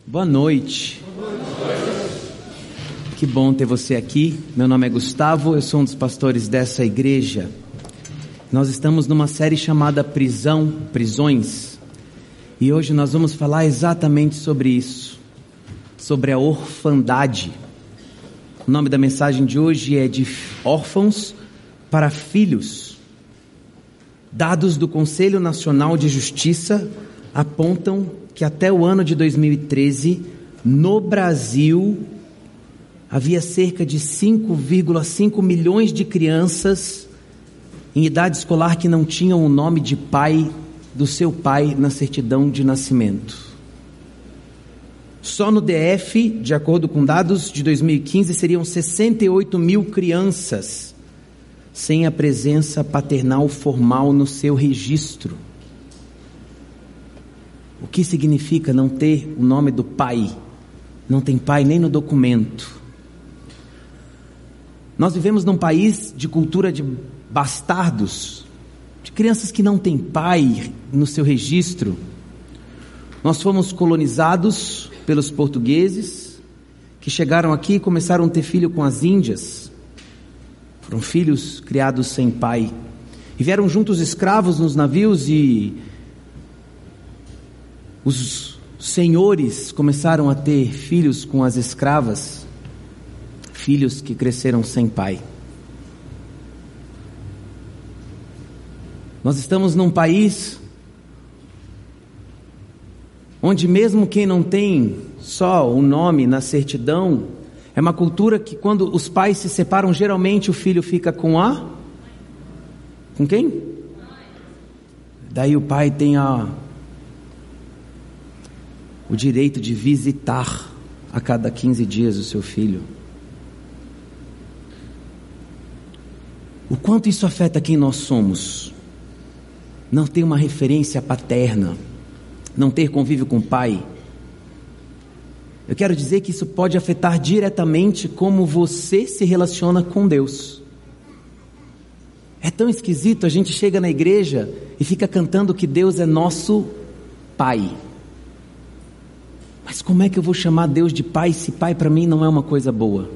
Boa noite. Que bom ter você aqui. Meu nome é Gustavo, eu sou um dos pastores dessa igreja. Nós estamos numa série chamada Prisões. E hoje nós vamos falar exatamente sobre isso, sobre a orfandade. O nome da mensagem de hoje é de órfãos para filhos. Dados do Conselho Nacional de Justiça apontam que até o ano de 2013, no Brasil, havia cerca de 5,5 milhões de crianças em idade escolar que não tinham o nome de pai, do seu pai, na certidão de nascimento. Só no DF, de acordo com dados de 2015, seriam 68 mil crianças sem a presença paternal formal no seu registro. O que significa não ter o nome do pai? Não tem pai nem no documento. Nós vivemos num país de cultura de bastardos, de crianças que não têm pai no seu registro. Nós fomos colonizados pelos portugueses, que chegaram aqui e começaram a ter filho com as índias. Foram filhos criados sem pai. E vieram juntos escravos nos navios e os senhores começaram a ter filhos com as escravas, filhos que cresceram sem pai. Nós estamos num país onde mesmo quem não tem só o nome na certidão, é uma cultura que quando os pais se separam, geralmente o filho fica com quem? Daí o pai tem o direito de visitar a cada 15 dias o seu filho. O quanto isso afeta quem nós somos? Não ter uma referência paterna, não ter convívio com o pai. Eu quero dizer que isso pode afetar diretamente como você se relaciona com Deus. É tão esquisito, a gente chega na igreja e fica cantando que Deus é nosso pai. Mas como é que eu vou chamar Deus de pai se pai para mim não é uma coisa boa?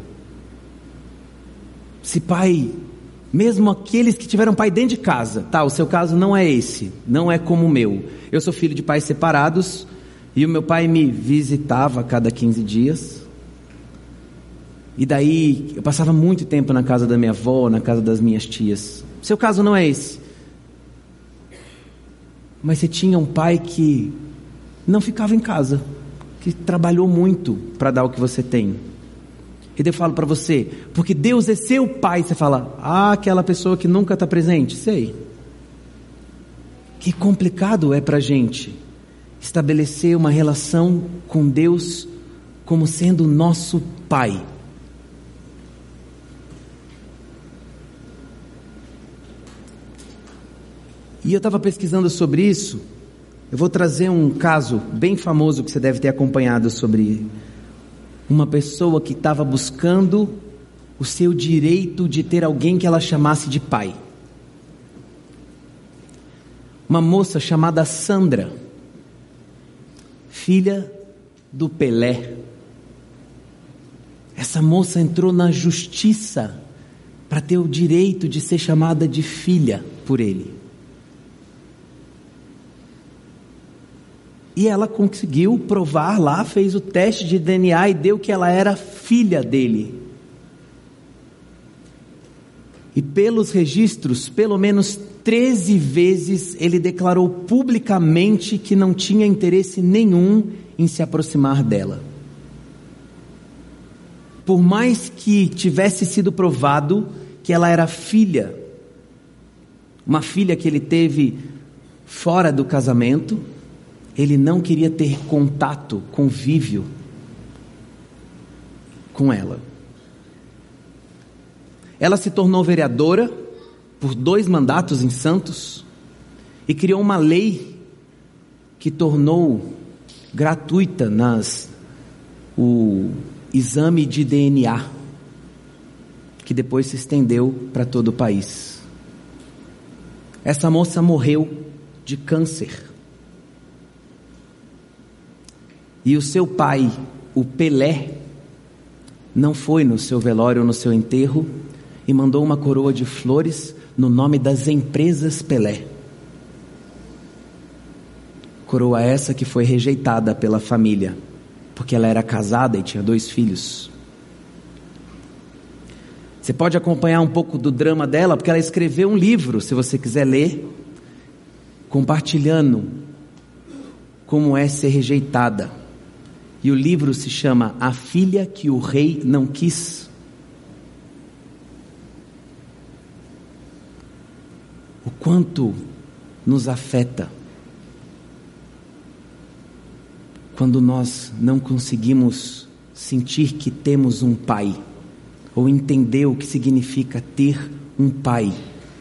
Se pai, mesmo aqueles que tiveram pai dentro de casa, tá, o seu caso não é esse, não é como o meu. Eu sou filho de pais separados e o meu pai me visitava a cada 15 dias. E daí eu passava muito tempo na casa da minha avó, na casa das minhas tias. O seu caso não é esse. Mas você tinha um pai que não ficava em casa, que trabalhou muito para dar o que você tem. E daí eu falo para você, porque Deus é seu pai, você fala, aquela pessoa que nunca está presente, sei. Que complicado é para a gente estabelecer uma relação com Deus como sendo nosso pai. E eu estava pesquisando sobre isso. Eu vou trazer um caso bem famoso que você deve ter acompanhado sobre uma pessoa que estava buscando o seu direito de ter alguém que ela chamasse de pai. Uma moça chamada Sandra, filha do Pelé. Essa moça entrou na justiça para ter o direito de ser chamada de filha por ele. E ela conseguiu provar lá, fez o teste de DNA e deu que ela era filha dele. E pelos registros, pelo menos 13 vezes ele declarou publicamente que não tinha interesse nenhum em se aproximar dela. Por mais que tivesse sido provado que ela era filha, uma filha que ele teve fora do casamento, ele não queria ter contato, convívio com ela. Ela se tornou vereadora por 2 mandatos em Santos e criou uma lei que tornou gratuita o exame de DNA, que depois se estendeu para todo o país. Essa moça morreu de câncer. E o seu pai, o Pelé, não foi no seu velório ou no seu enterro e mandou uma coroa de flores no nome das empresas Pelé. Coroa essa que foi rejeitada pela família, porque ela era casada e tinha 2 filhos. Você pode acompanhar um pouco do drama dela, porque ela escreveu um livro, se você quiser ler, compartilhando como é ser rejeitada. E o livro se chama A Filha que o Rei Não Quis. O quanto nos afeta quando nós não conseguimos sentir que temos um pai, ou entender o que significa ter um pai.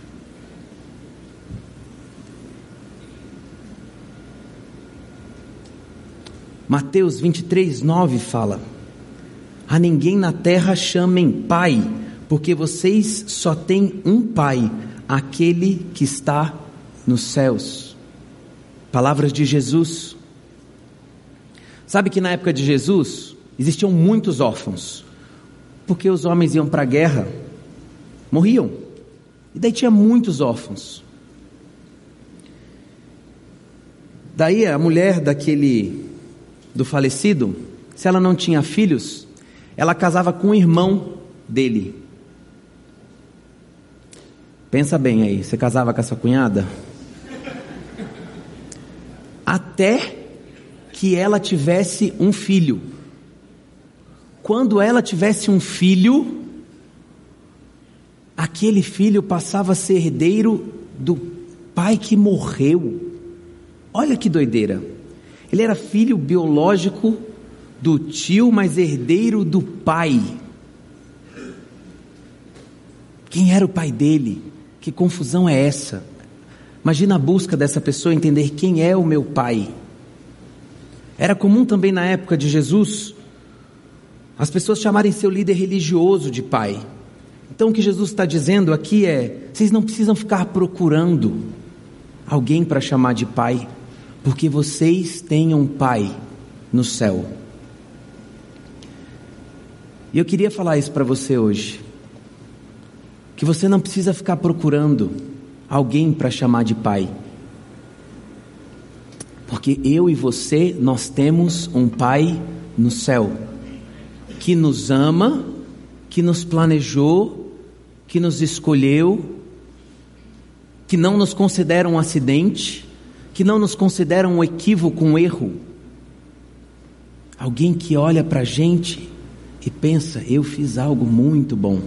Mateus 23:9 fala: a ninguém na terra chamem pai, porque vocês só têm um pai, aquele que está nos céus. Palavras de Jesus. Sabe que na época de Jesus existiam muitos órfãos, porque os homens iam para a guerra, morriam, e daí tinha muitos órfãos. Daí a mulher do falecido, se ela não tinha filhos, ela casava com o irmão dele. Pensa bem aí, você casava com a sua cunhada? Até que ela tivesse um filho. Quando ela tivesse um filho, aquele filho passava a ser herdeiro do pai que morreu. Olha que doideira. Ele era filho biológico do tio, mas herdeiro do pai. Quem era o pai dele? Que confusão é essa? Imagina a busca dessa pessoa entender quem é o meu pai. Era comum também na época de Jesus as pessoas chamarem seu líder religioso de pai. Então o que Jesus está dizendo aqui é: vocês não precisam ficar procurando alguém para chamar de pai, porque vocês têm um pai no céu. E eu queria falar isso para você hoje, que você não precisa ficar procurando alguém para chamar de pai, porque eu e você, nós temos um pai no céu, que nos ama, que nos planejou, que nos escolheu, que não nos considera um acidente, que não nos considera um equívoco, um erro. Alguém que olha para a gente e pensa: eu fiz algo muito bom.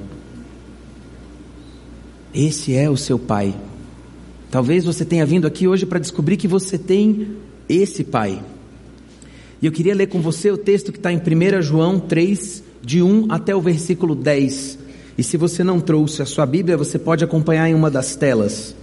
Esse é o seu pai. Talvez você tenha vindo aqui hoje para descobrir que você tem esse pai. E eu queria ler com você o texto que está em 1 João 3, de 1 até o versículo 10. E se você não trouxe a sua Bíblia, você pode acompanhar em uma das telas.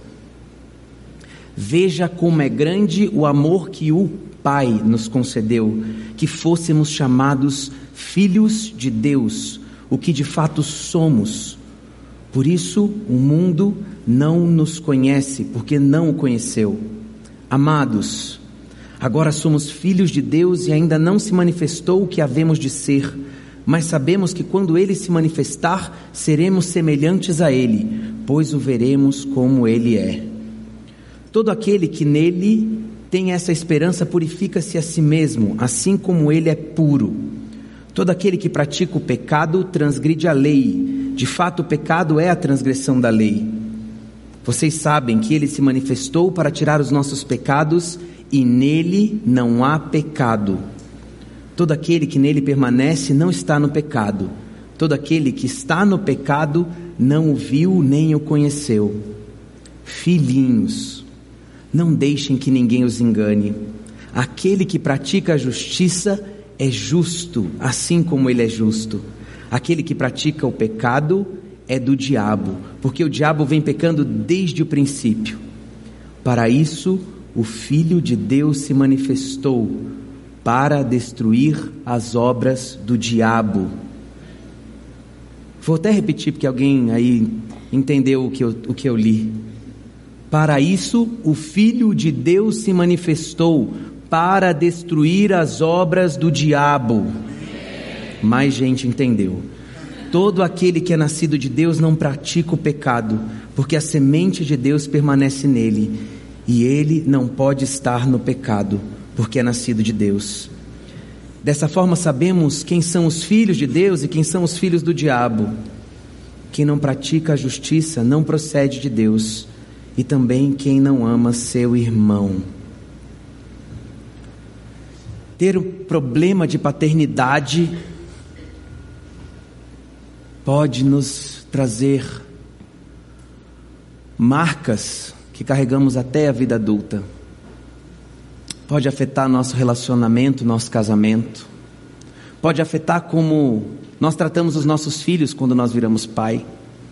Veja como é grande o amor que o Pai nos concedeu, que fôssemos chamados filhos de Deus, o que de fato somos. Por isso o mundo não nos conhece, porque não o conheceu. Amados, agora somos filhos de Deus e ainda não se manifestou o que havemos de ser, mas sabemos que quando Ele se manifestar, seremos semelhantes a Ele, pois o veremos como Ele é. Todo aquele que nele tem essa esperança purifica-se a si mesmo, assim como Ele é puro. Todo aquele que pratica o pecado transgride a lei. De fato, o pecado é a transgressão da lei. Vocês sabem que Ele se manifestou para tirar os nossos pecados, e nele não há pecado. Todo aquele que nele permanece não está no pecado. Todo aquele que está no pecado não o viu nem o conheceu. Filhinhos, não deixem que ninguém os engane. Aquele que pratica a justiça é justo, assim como Ele é justo. Aquele que pratica o pecado é do diabo, porque o diabo vem pecando desde o princípio. Para isso, o Filho de Deus se manifestou, para destruir as obras do diabo. Vou até repetir, porque alguém aí entendeu o que eu li. Para isso, o Filho de Deus se manifestou, para destruir as obras do diabo. Mais gente entendeu. Todo aquele que é nascido de Deus não pratica o pecado, porque a semente de Deus permanece nele, e ele não pode estar no pecado, porque é nascido de Deus. Dessa forma sabemos quem são os filhos de Deus e quem são os filhos do diabo. Quem não pratica a justiça não procede de Deus, e também quem não ama seu irmão. Ter um problema de paternidade pode nos trazer marcas que carregamos até a vida adulta. Pode afetar nosso relacionamento, nosso casamento. Pode afetar como nós tratamos os nossos filhos quando nós viramos pai.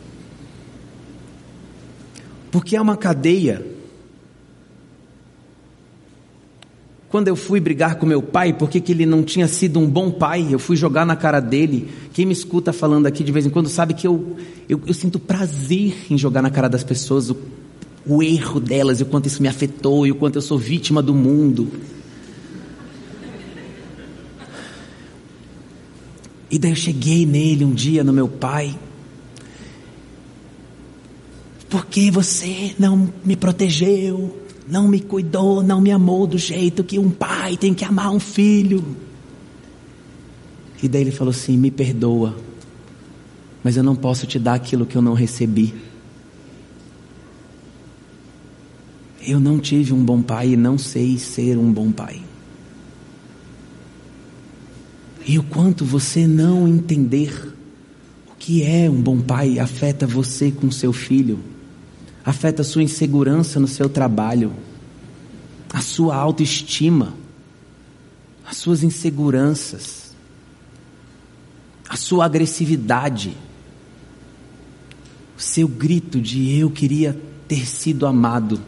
Porque é uma cadeia. Quando eu fui brigar com meu pai, porque que ele não tinha sido um bom pai, eu fui jogar na cara dele. Quem me escuta falando aqui de vez em quando sabe que eu sinto prazer em jogar na cara das pessoas o erro delas, e o quanto isso me afetou, e o quanto eu sou vítima do mundo. E daí eu cheguei nele um dia, no meu pai: por que você não me protegeu, não me cuidou, não me amou do jeito que um pai tem que amar um filho? E daí ele falou assim: me perdoa, mas eu não posso te dar aquilo que eu não recebi. Eu não tive um bom pai e não sei ser um bom pai. E o quanto você não entender o que é um bom pai afeta você com seu filho, afeta a sua insegurança no seu trabalho, a sua autoestima, as suas inseguranças, a sua agressividade, o seu grito de eu queria ter sido amado.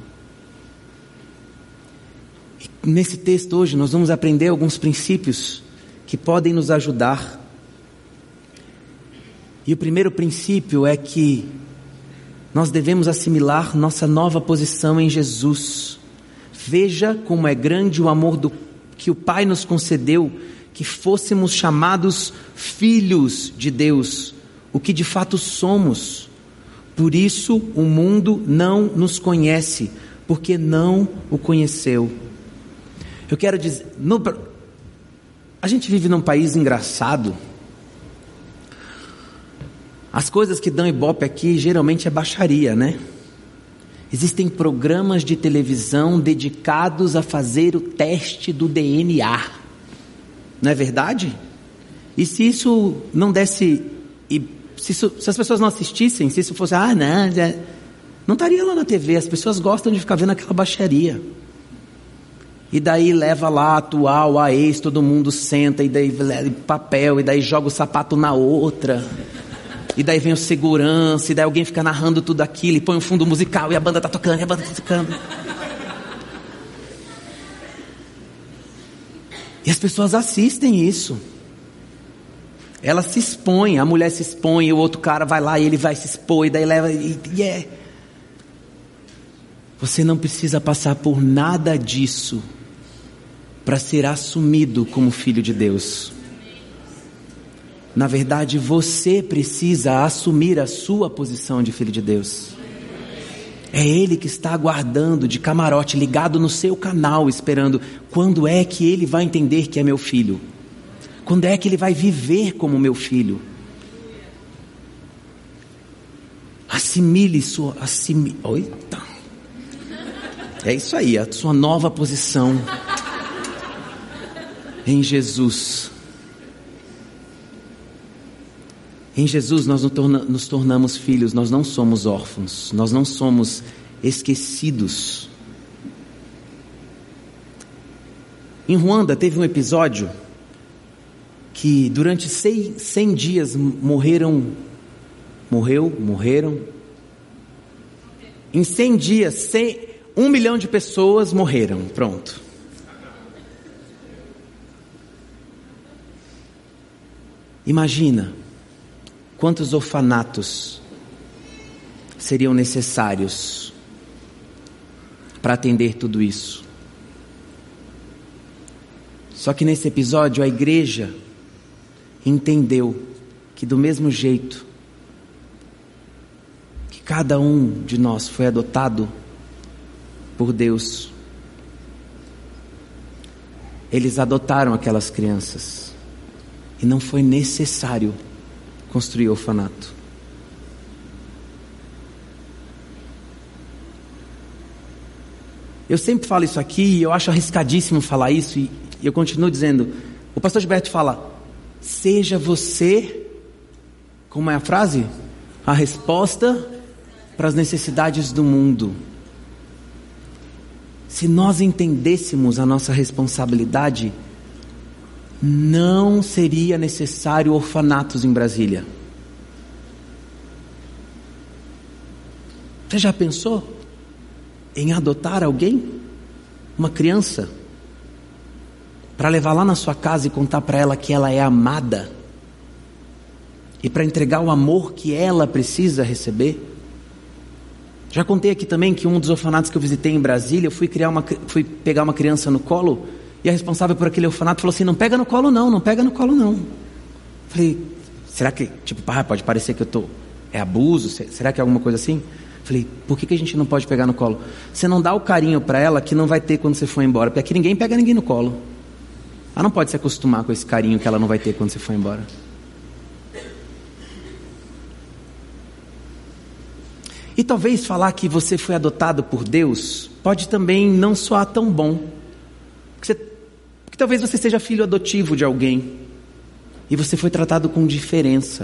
E nesse texto hoje nós vamos aprender alguns princípios que podem nos ajudar. E o primeiro princípio é que nós devemos assimilar nossa nova posição em Jesus. Veja como é grande o amor que o Pai nos concedeu, que fôssemos chamados filhos de Deus, o que de fato somos. Por isso o mundo não nos conhece, porque não o conheceu. Eu quero dizer, a gente vive num país engraçado. As coisas que dão ibope aqui geralmente é baixaria, né? Existem programas de televisão dedicados a fazer o teste do DNA. Não é verdade? E se isso não desse... se as pessoas não assistissem, se isso fosse... não estaria lá na TV. As pessoas gostam de ficar vendo aquela baixaria. E daí leva lá a atual, a ex, todo mundo senta, e daí leva papel, e daí joga o sapato na outra... E daí vem o segurança, e daí alguém fica narrando tudo aquilo, e põe um fundo musical, e a banda está tocando, e a banda está tocando. E as pessoas assistem isso. Ela se expõe, a mulher se expõe, e o outro cara vai lá, e ele vai se expor, e daí leva... Você não precisa passar por nada disso para ser assumido como filho de Deus. Na verdade, você precisa assumir a sua posição de filho de Deus. É Ele que está aguardando de camarote, ligado no seu canal, esperando quando é que Ele vai entender que é meu filho. Quando é que Ele vai viver como meu filho. Assimile sua... Oita. É isso aí, a sua nova posição em Jesus. Em Jesus nós nos tornamos filhos, nós não somos órfãos, nós não somos esquecidos. Em Ruanda teve um episódio que durante 100 dias morreram. Em 100 dias, 1 milhão de pessoas morreram, pronto. Imagina quantos orfanatos seriam necessários para atender tudo isso. Só que nesse episódio a igreja entendeu que do mesmo jeito que cada um de nós foi adotado por Deus, eles adotaram aquelas crianças e não foi necessário construir orfanato. Eu sempre falo isso aqui e eu acho arriscadíssimo falar isso, e eu continuo dizendo. O pastor Gilberto fala: seja você, como é a frase? A resposta para as necessidades do mundo. Se nós entendêssemos a nossa responsabilidade, não seria necessário orfanatos em Brasília. Você já pensou em adotar alguém? Uma criança? Para levar lá na sua casa e contar para ela que ela é amada? E para entregar o amor que ela precisa receber? Já contei aqui também que um dos orfanatos que eu visitei em Brasília, eu fui pegar uma criança no colo, e a responsável por aquele orfanato falou assim: não pega no colo não, não pega no colo não. Falei: será que, pode parecer que é abuso? Será que é alguma coisa assim? Falei: por que a gente não pode pegar no colo? Você não dá o carinho para ela que não vai ter quando você for embora, porque aqui ninguém pega ninguém no colo. Ela não pode se acostumar com esse carinho que ela não vai ter quando você for embora. E talvez falar que você foi adotado por Deus pode também não soar tão bom. Porque talvez você seja filho adotivo de alguém e você foi tratado com diferença.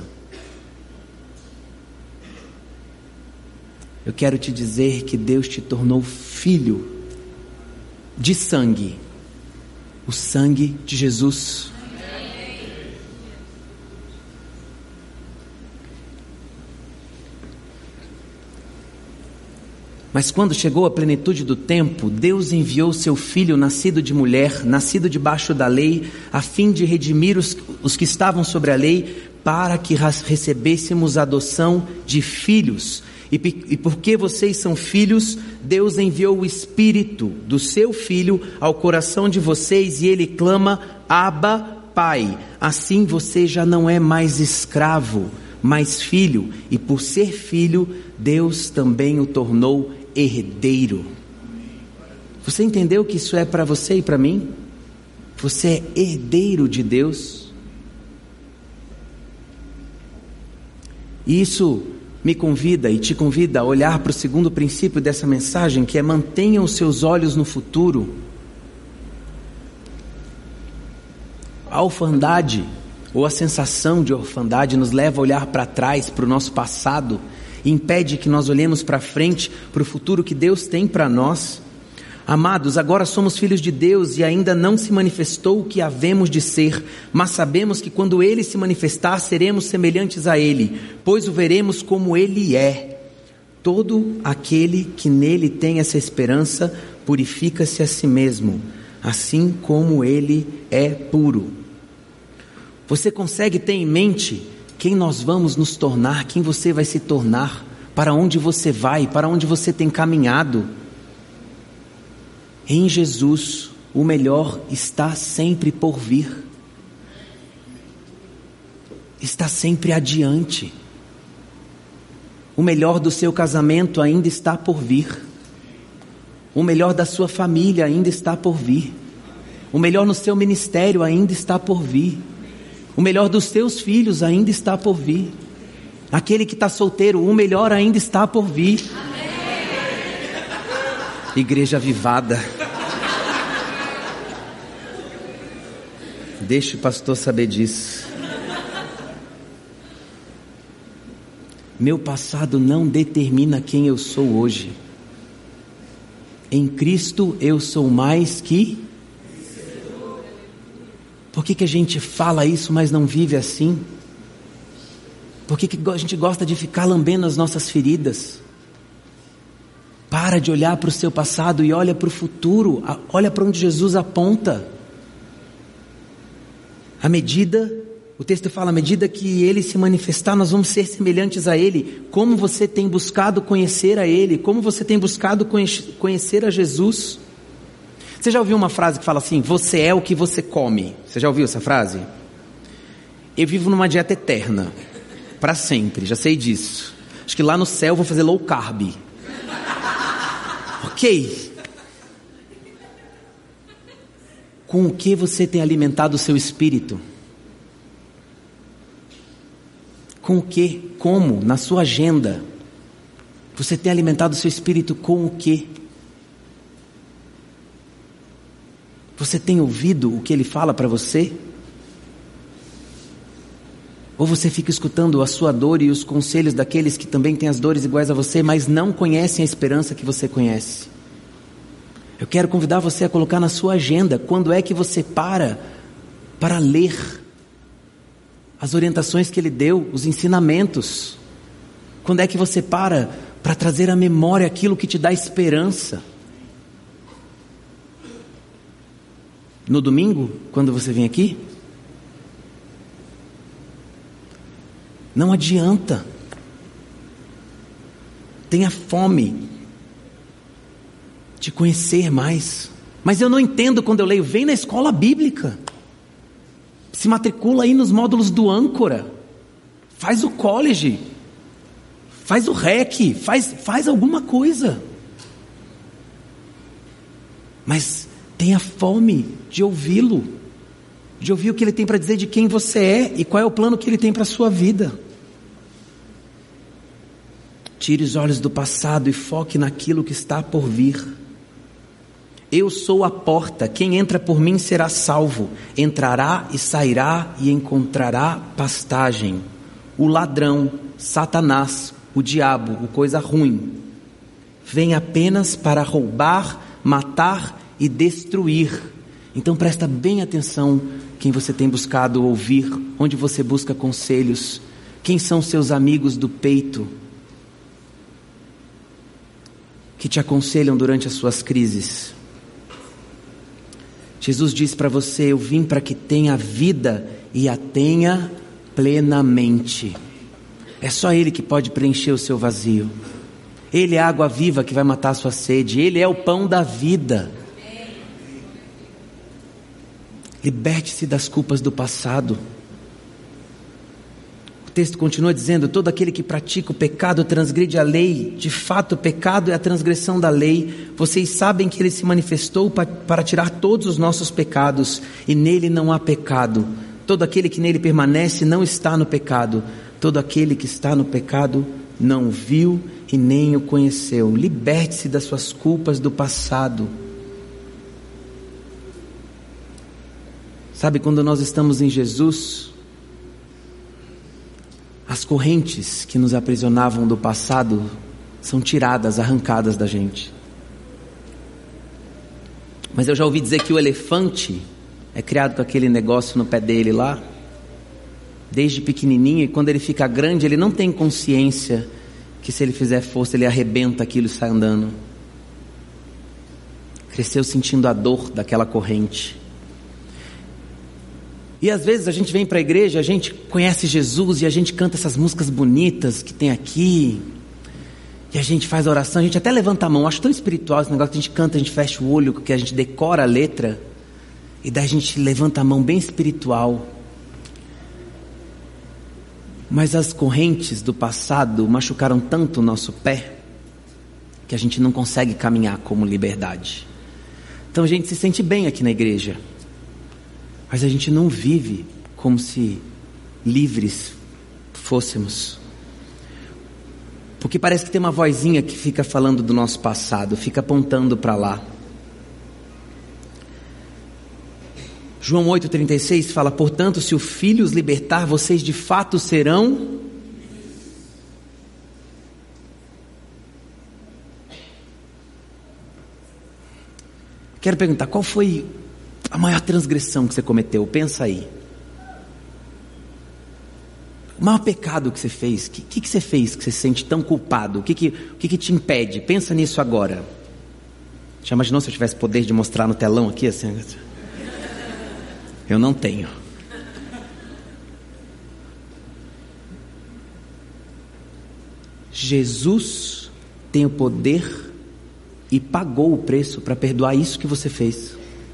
Eu quero te dizer que Deus te tornou filho de sangue, o sangue de Jesus. Mas quando chegou a plenitude do tempo, Deus enviou seu Filho, nascido de mulher, nascido debaixo da lei, a fim de redimir os que estavam sobre a lei, para que recebêssemos a adoção de filhos. E porque vocês são filhos, Deus enviou o Espírito do seu Filho ao coração de vocês, e Ele clama: Abba, Pai. Assim você já não é mais escravo, mas filho, e por ser filho, Deus também o tornou herdeiro. Você entendeu que isso é para você e para mim? Você é herdeiro de Deus. E isso me convida e te convida a olhar para o segundo princípio dessa mensagem, que é: mantenha os seus olhos no futuro. A orfandade, ou a sensação de orfandade, nos leva a olhar para trás, para o nosso passado, e impede que nós olhemos para frente, para o futuro que Deus tem para nós. Amados, agora somos filhos de Deus e ainda não se manifestou o que havemos de ser, mas sabemos que quando Ele se manifestar, seremos semelhantes a Ele, pois o veremos como Ele é. Todo aquele que nele tem essa esperança purifica-se a si mesmo, assim como Ele é puro. Você consegue ter em mente quem nós vamos nos tornar, quem você vai se tornar, para onde você vai, para onde você tem caminhado? Em Jesus, o melhor está sempre por vir. Está sempre adiante. O melhor do seu casamento ainda está por vir. O melhor da sua família ainda está por vir. O melhor no seu ministério ainda está por vir. O melhor dos teus filhos ainda está por vir. Aquele que está solteiro, o melhor ainda está por vir. Igreja avivada. Deixa o pastor saber disso. Meu passado não determina quem eu sou hoje. Em Cristo eu sou mais que... Por que a gente fala isso, mas não vive assim? Por que a gente gosta de ficar lambendo as nossas feridas? Para de olhar para o seu passado e olha para o futuro. Olha para onde Jesus aponta. O texto fala, à medida que Ele se manifestar, nós vamos ser semelhantes a Ele. Como você tem buscado conhecer a Ele? Como você tem buscado conhecer a Jesus? Você já ouviu uma frase que fala assim: você é o que você come? Você já ouviu essa frase? Eu vivo numa dieta eterna, para sempre, já sei disso. Acho que lá no céu eu vou fazer low carb. Ok. Com o que você tem alimentado o seu espírito? Com o que? Como? Na sua agenda. Você tem alimentado o seu espírito com o que? Você tem ouvido o que ele fala para você? Ou você fica escutando a sua dor e os conselhos daqueles que também têm as dores iguais a você, mas não conhecem a esperança que você conhece? Eu quero convidar você a colocar na sua agenda, quando é que você para ler as orientações que ele deu, os ensinamentos. Quando é que você para trazer à memória aquilo que te dá esperança? No domingo, quando você vem aqui? Não adianta. Tenha fome de conhecer mais. Mas eu não entendo quando eu leio. Vem na escola bíblica. Se matricula aí nos módulos do âncora. Faz o college. Faz o REC. Faz alguma coisa. Mas tenha fome de ouvi-lo. De ouvir o que ele tem para dizer de quem você é e qual é o plano que ele tem para a sua vida. Tire os olhos do passado e foque naquilo que está por vir. Eu sou a porta, quem entra por mim será salvo. Entrará e sairá e encontrará pastagem. O ladrão, Satanás, o diabo, o coisa ruim, vem apenas para roubar, matar e destruir. Então presta bem atenção quem você tem buscado ouvir, onde você busca conselhos, quem são seus amigos do peito, que te aconselham durante as suas crises. Jesus diz para você: eu vim para que tenha vida e a tenha plenamente. É só Ele que pode preencher o seu vazio. Ele é a água viva que vai matar a sua sede. Ele é o pão da vida. Liberte-se das culpas do passado. O texto continua dizendo: todo aquele que pratica o pecado transgride a lei. De fato, o pecado é a transgressão da lei. Vocês sabem que ele se manifestou para tirar todos os nossos pecados, e nele não há pecado. Todo aquele que nele permanece não está no pecado. Todo aquele que está no pecado não viu e nem o conheceu. Liberte-se das suas culpas do passado. Sabe, quando nós estamos em Jesus, as correntes que nos aprisionavam do passado são tiradas, arrancadas da gente. Mas eu já ouvi dizer que o elefante é criado com aquele negócio no pé dele lá, desde pequenininho, e quando ele fica grande, ele não tem consciência que se ele fizer força, ele arrebenta aquilo e sai andando. Cresceu sentindo a dor daquela corrente. E às vezes a gente vem para a igreja, a gente conhece Jesus e a gente canta essas músicas bonitas que tem aqui, e a gente faz a oração, a gente até levanta a mão. Acho tão espiritual esse negócio que a gente canta, a gente fecha o olho, que a gente decora a letra, e daí a gente levanta a mão bem espiritual. Mas as correntes do passado machucaram tanto o nosso pé, que a gente não consegue caminhar como liberdade. Então a gente se sente bem aqui na igreja, mas a gente não vive como se livres fôssemos. Porque parece que tem uma vozinha que fica falando do nosso passado, fica apontando para lá. João 8,36 fala: portanto, se o Filho os libertar, vocês de fato serão... Quero perguntar, qual foi a maior transgressão que você cometeu? Pensa aí. O maior pecado que você fez, o que você fez que você se sente tão culpado? O que te impede? Pensa nisso agora. Já imaginou se eu tivesse poder de mostrar no telão aqui assim? Eu não tenho. Jesus tem o poder e pagou o preço para perdoar isso que você fez.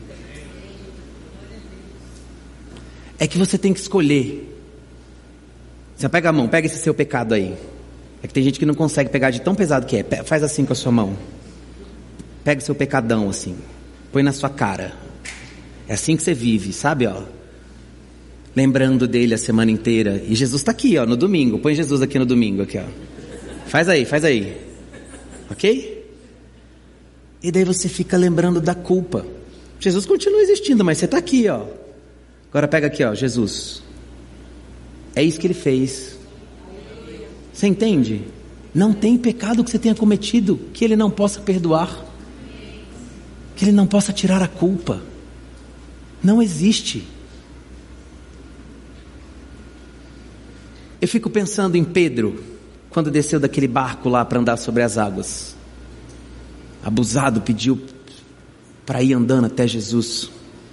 É que você tem que escolher. Você pega a mão, pega esse seu pecado aí. É que tem gente que não consegue pegar de tão pesado que é. Faz assim com a sua mão. Pega o seu pecadão assim, põe na sua cara. É assim que você vive, sabe, ó? Lembrando dele a semana inteira. E Jesus está aqui, ó, no domingo. Põe Jesus aqui no domingo, aqui, ó. Faz aí. Ok? E daí você fica lembrando da culpa. Jesus continua existindo, mas você está aqui, ó. Agora pega aqui, ó, Jesus. É isso que ele fez. Você entende? Não tem pecado que você tenha cometido que ele não possa perdoar, que ele não possa tirar a culpa. Não existe. Eu fico pensando em Pedro, quando desceu daquele barco lá para andar sobre as águas. Abusado, pediu para ir andando até Jesus.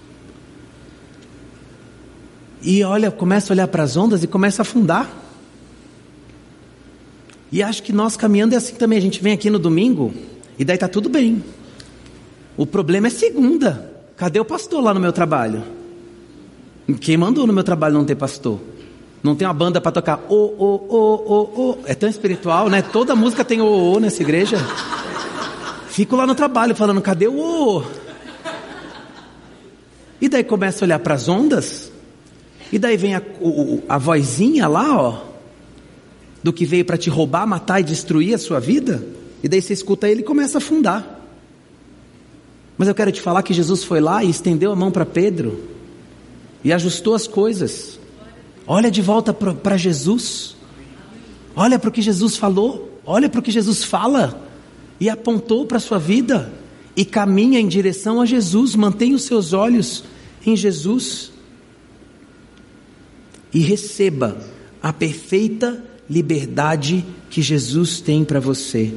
E olha, começa a olhar para as ondas e começa a afundar. E acho que nós caminhando é assim também. A gente vem aqui no domingo e daí está tudo bem. O problema é segunda. Cadê o pastor lá no meu trabalho? Quem mandou no meu trabalho não ter pastor? Não tem uma banda para tocar É tão espiritual, né? Toda música tem nessa igreja. Fico lá no trabalho falando, cadê o E daí começa a olhar para as ondas. E daí vem a vozinha lá, ó, do que veio para te roubar, matar e destruir a sua vida. E daí você escuta ele e começa a afundar. Mas eu quero te falar que Jesus foi lá e estendeu a mão para Pedro e ajustou as coisas. Olha de volta para Jesus. Olha para o que Jesus falou. Olha para o que Jesus fala. E apontou para a sua vida. E caminha em direção a Jesus. Mantenha os seus olhos em Jesus. E receba a perfeita liberdade que Jesus tem para você.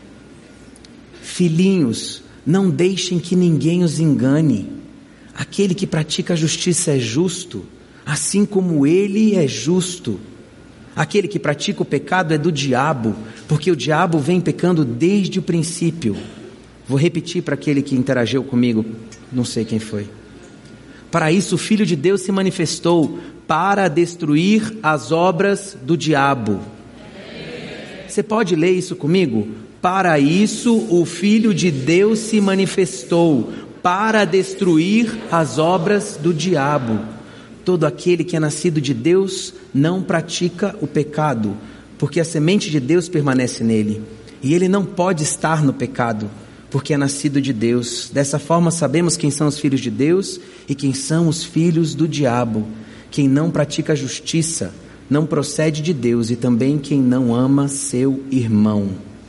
Filhinhos, não deixem que ninguém os engane. Aquele que pratica a justiça é justo, assim como ele é justo. Aquele que pratica o pecado é do diabo, porque o diabo vem pecando desde o princípio. Vou repetir para aquele que interagiu comigo, não sei quem foi. Para isso o Filho de Deus se manifestou, para destruir as obras do diabo. Você pode ler isso comigo? Para isso o Filho de Deus se manifestou, para destruir as obras do diabo. Todo aquele que é nascido de Deus não pratica o pecado, porque a semente de Deus permanece nele, e ele não pode estar no pecado, porque é nascido de Deus. Dessa forma sabemos quem são os filhos de Deus e quem são os filhos do diabo. Quem não pratica a justiça não procede de Deus, e também quem não ama seu irmão.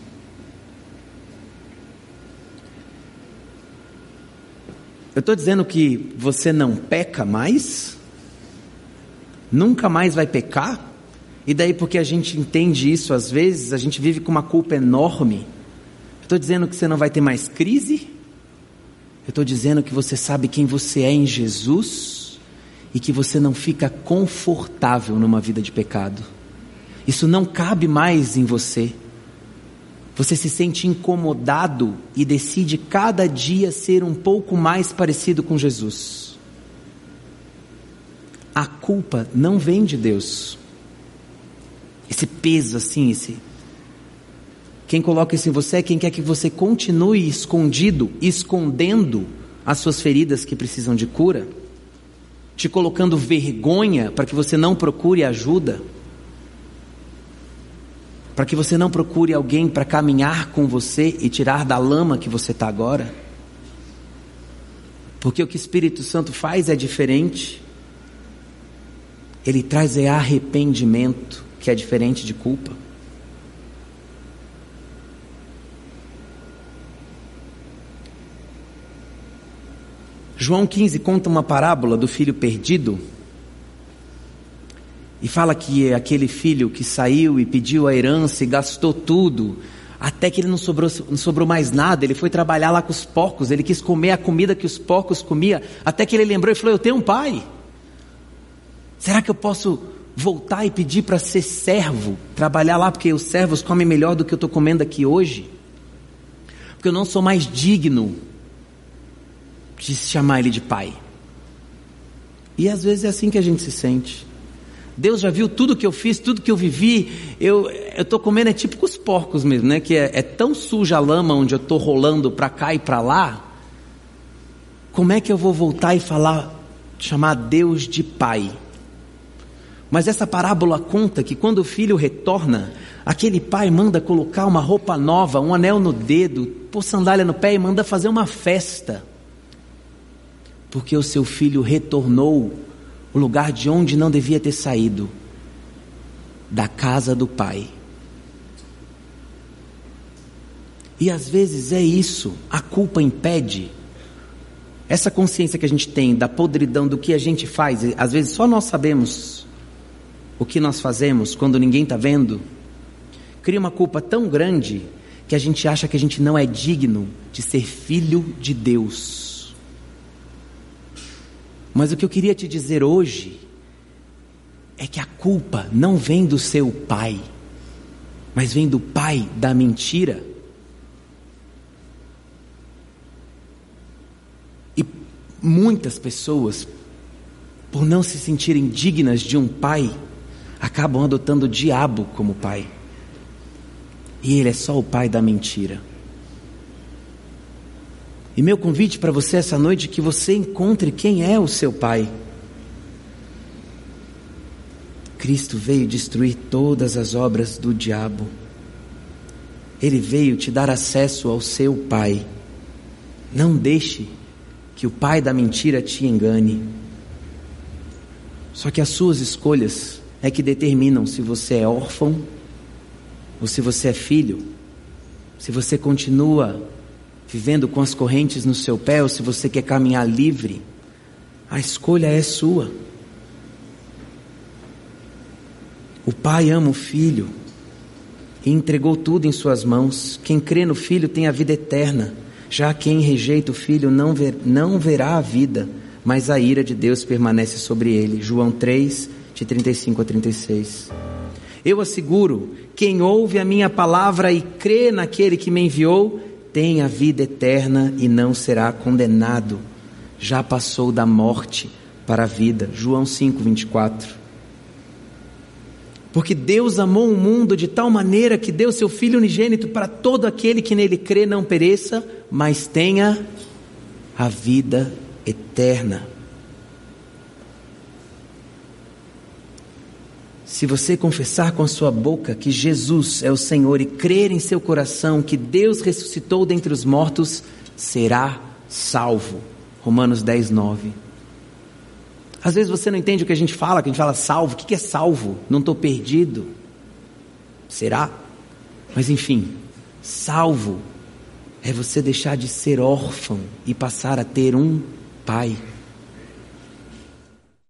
Eu estou dizendo que você não peca mais? Nunca mais vai pecar? E daí porque a gente entende isso às vezes, a gente vive com uma culpa enorme. Eu estou dizendo que você não vai ter mais crise? Eu estou dizendo que você sabe quem você é em Jesus e que você não fica confortável numa vida de pecado. Isso não cabe mais em você. Você se sente incomodado e decide cada dia ser um pouco mais parecido com Jesus. A culpa não vem de Deus. Esse peso assim, quem coloca isso em você é quem quer que você continue escondendo as suas feridas que precisam de cura, te colocando vergonha para que você não procure ajuda, para que você não procure alguém para caminhar com você e tirar da lama que você está agora. Porque o que o Espírito Santo faz é diferente. Ele traz arrependimento, que é diferente de culpa. João 15 conta uma parábola do filho perdido. E fala que é aquele filho que saiu e pediu a herança e gastou tudo, até que ele não sobrou mais nada. Ele foi trabalhar lá com os porcos, ele quis comer a comida que os porcos comiam, até que ele lembrou e falou: eu tenho um pai. Será que eu posso voltar e pedir para ser servo, trabalhar lá, porque os servos comem melhor do que eu estou comendo aqui hoje? porque eu não sou mais digno de chamar Ele de Pai. E às vezes é assim que a gente se sente. Deus já viu tudo que eu fiz, tudo que eu vivi. Eu estou comendo, é tipo com os porcos mesmo, né? Que é tão suja a lama onde eu estou rolando para cá e para lá. Como é que eu vou voltar e chamar Deus de Pai? Mas essa parábola conta que quando o filho retorna, aquele pai manda colocar uma roupa nova, um anel no dedo, pôr sandália no pé e manda fazer uma festa. Porque o seu filho retornou o lugar de onde não devia ter saído, da casa do pai. E às vezes é isso, a culpa impede. Essa consciência que a gente tem da podridão do que a gente faz, às vezes só nós sabemos o que nós fazemos quando ninguém está vendo, cria uma culpa tão grande que a gente acha que a gente não é digno de ser filho de Deus. Mas o que eu queria te dizer hoje é que a culpa não vem do seu pai, mas vem do pai da mentira. E muitas pessoas, por não se sentirem dignas de um pai, acabam adotando o diabo como pai. E ele é só o pai da mentira. E meu convite para você essa noite é que você encontre quem é o seu pai. Cristo veio destruir todas as obras do diabo. Ele veio te dar acesso ao seu pai. Não deixe que o pai da mentira te engane. Só que as suas escolhas é que determinam se você é órfão ou se você é filho, se você continua vivendo com as correntes no seu pé ou se você quer caminhar livre. A escolha é sua. O pai ama o filho e entregou tudo em suas mãos. Quem crê no filho tem a vida eterna, já quem rejeita o filho não verá a vida, mas a ira de Deus permanece sobre ele. João 3, de 35 a 36. Eu asseguro, quem ouve a minha palavra e crê naquele que me enviou, tem a vida eterna e não será condenado. Já passou da morte para a vida. João 5, 24. Porque Deus amou o mundo de tal maneira que deu seu Filho unigênito para todo aquele que nele crê não pereça, mas tenha a vida eterna. Se você confessar com a sua boca que Jesus é o Senhor e crer em seu coração que Deus ressuscitou dentre os mortos, será salvo. Romanos 10, 9. Às vezes você não entende o que a gente fala salvo. O que é salvo? Não estou perdido. Será? Mas enfim, salvo é você deixar de ser órfão e passar a ter um pai.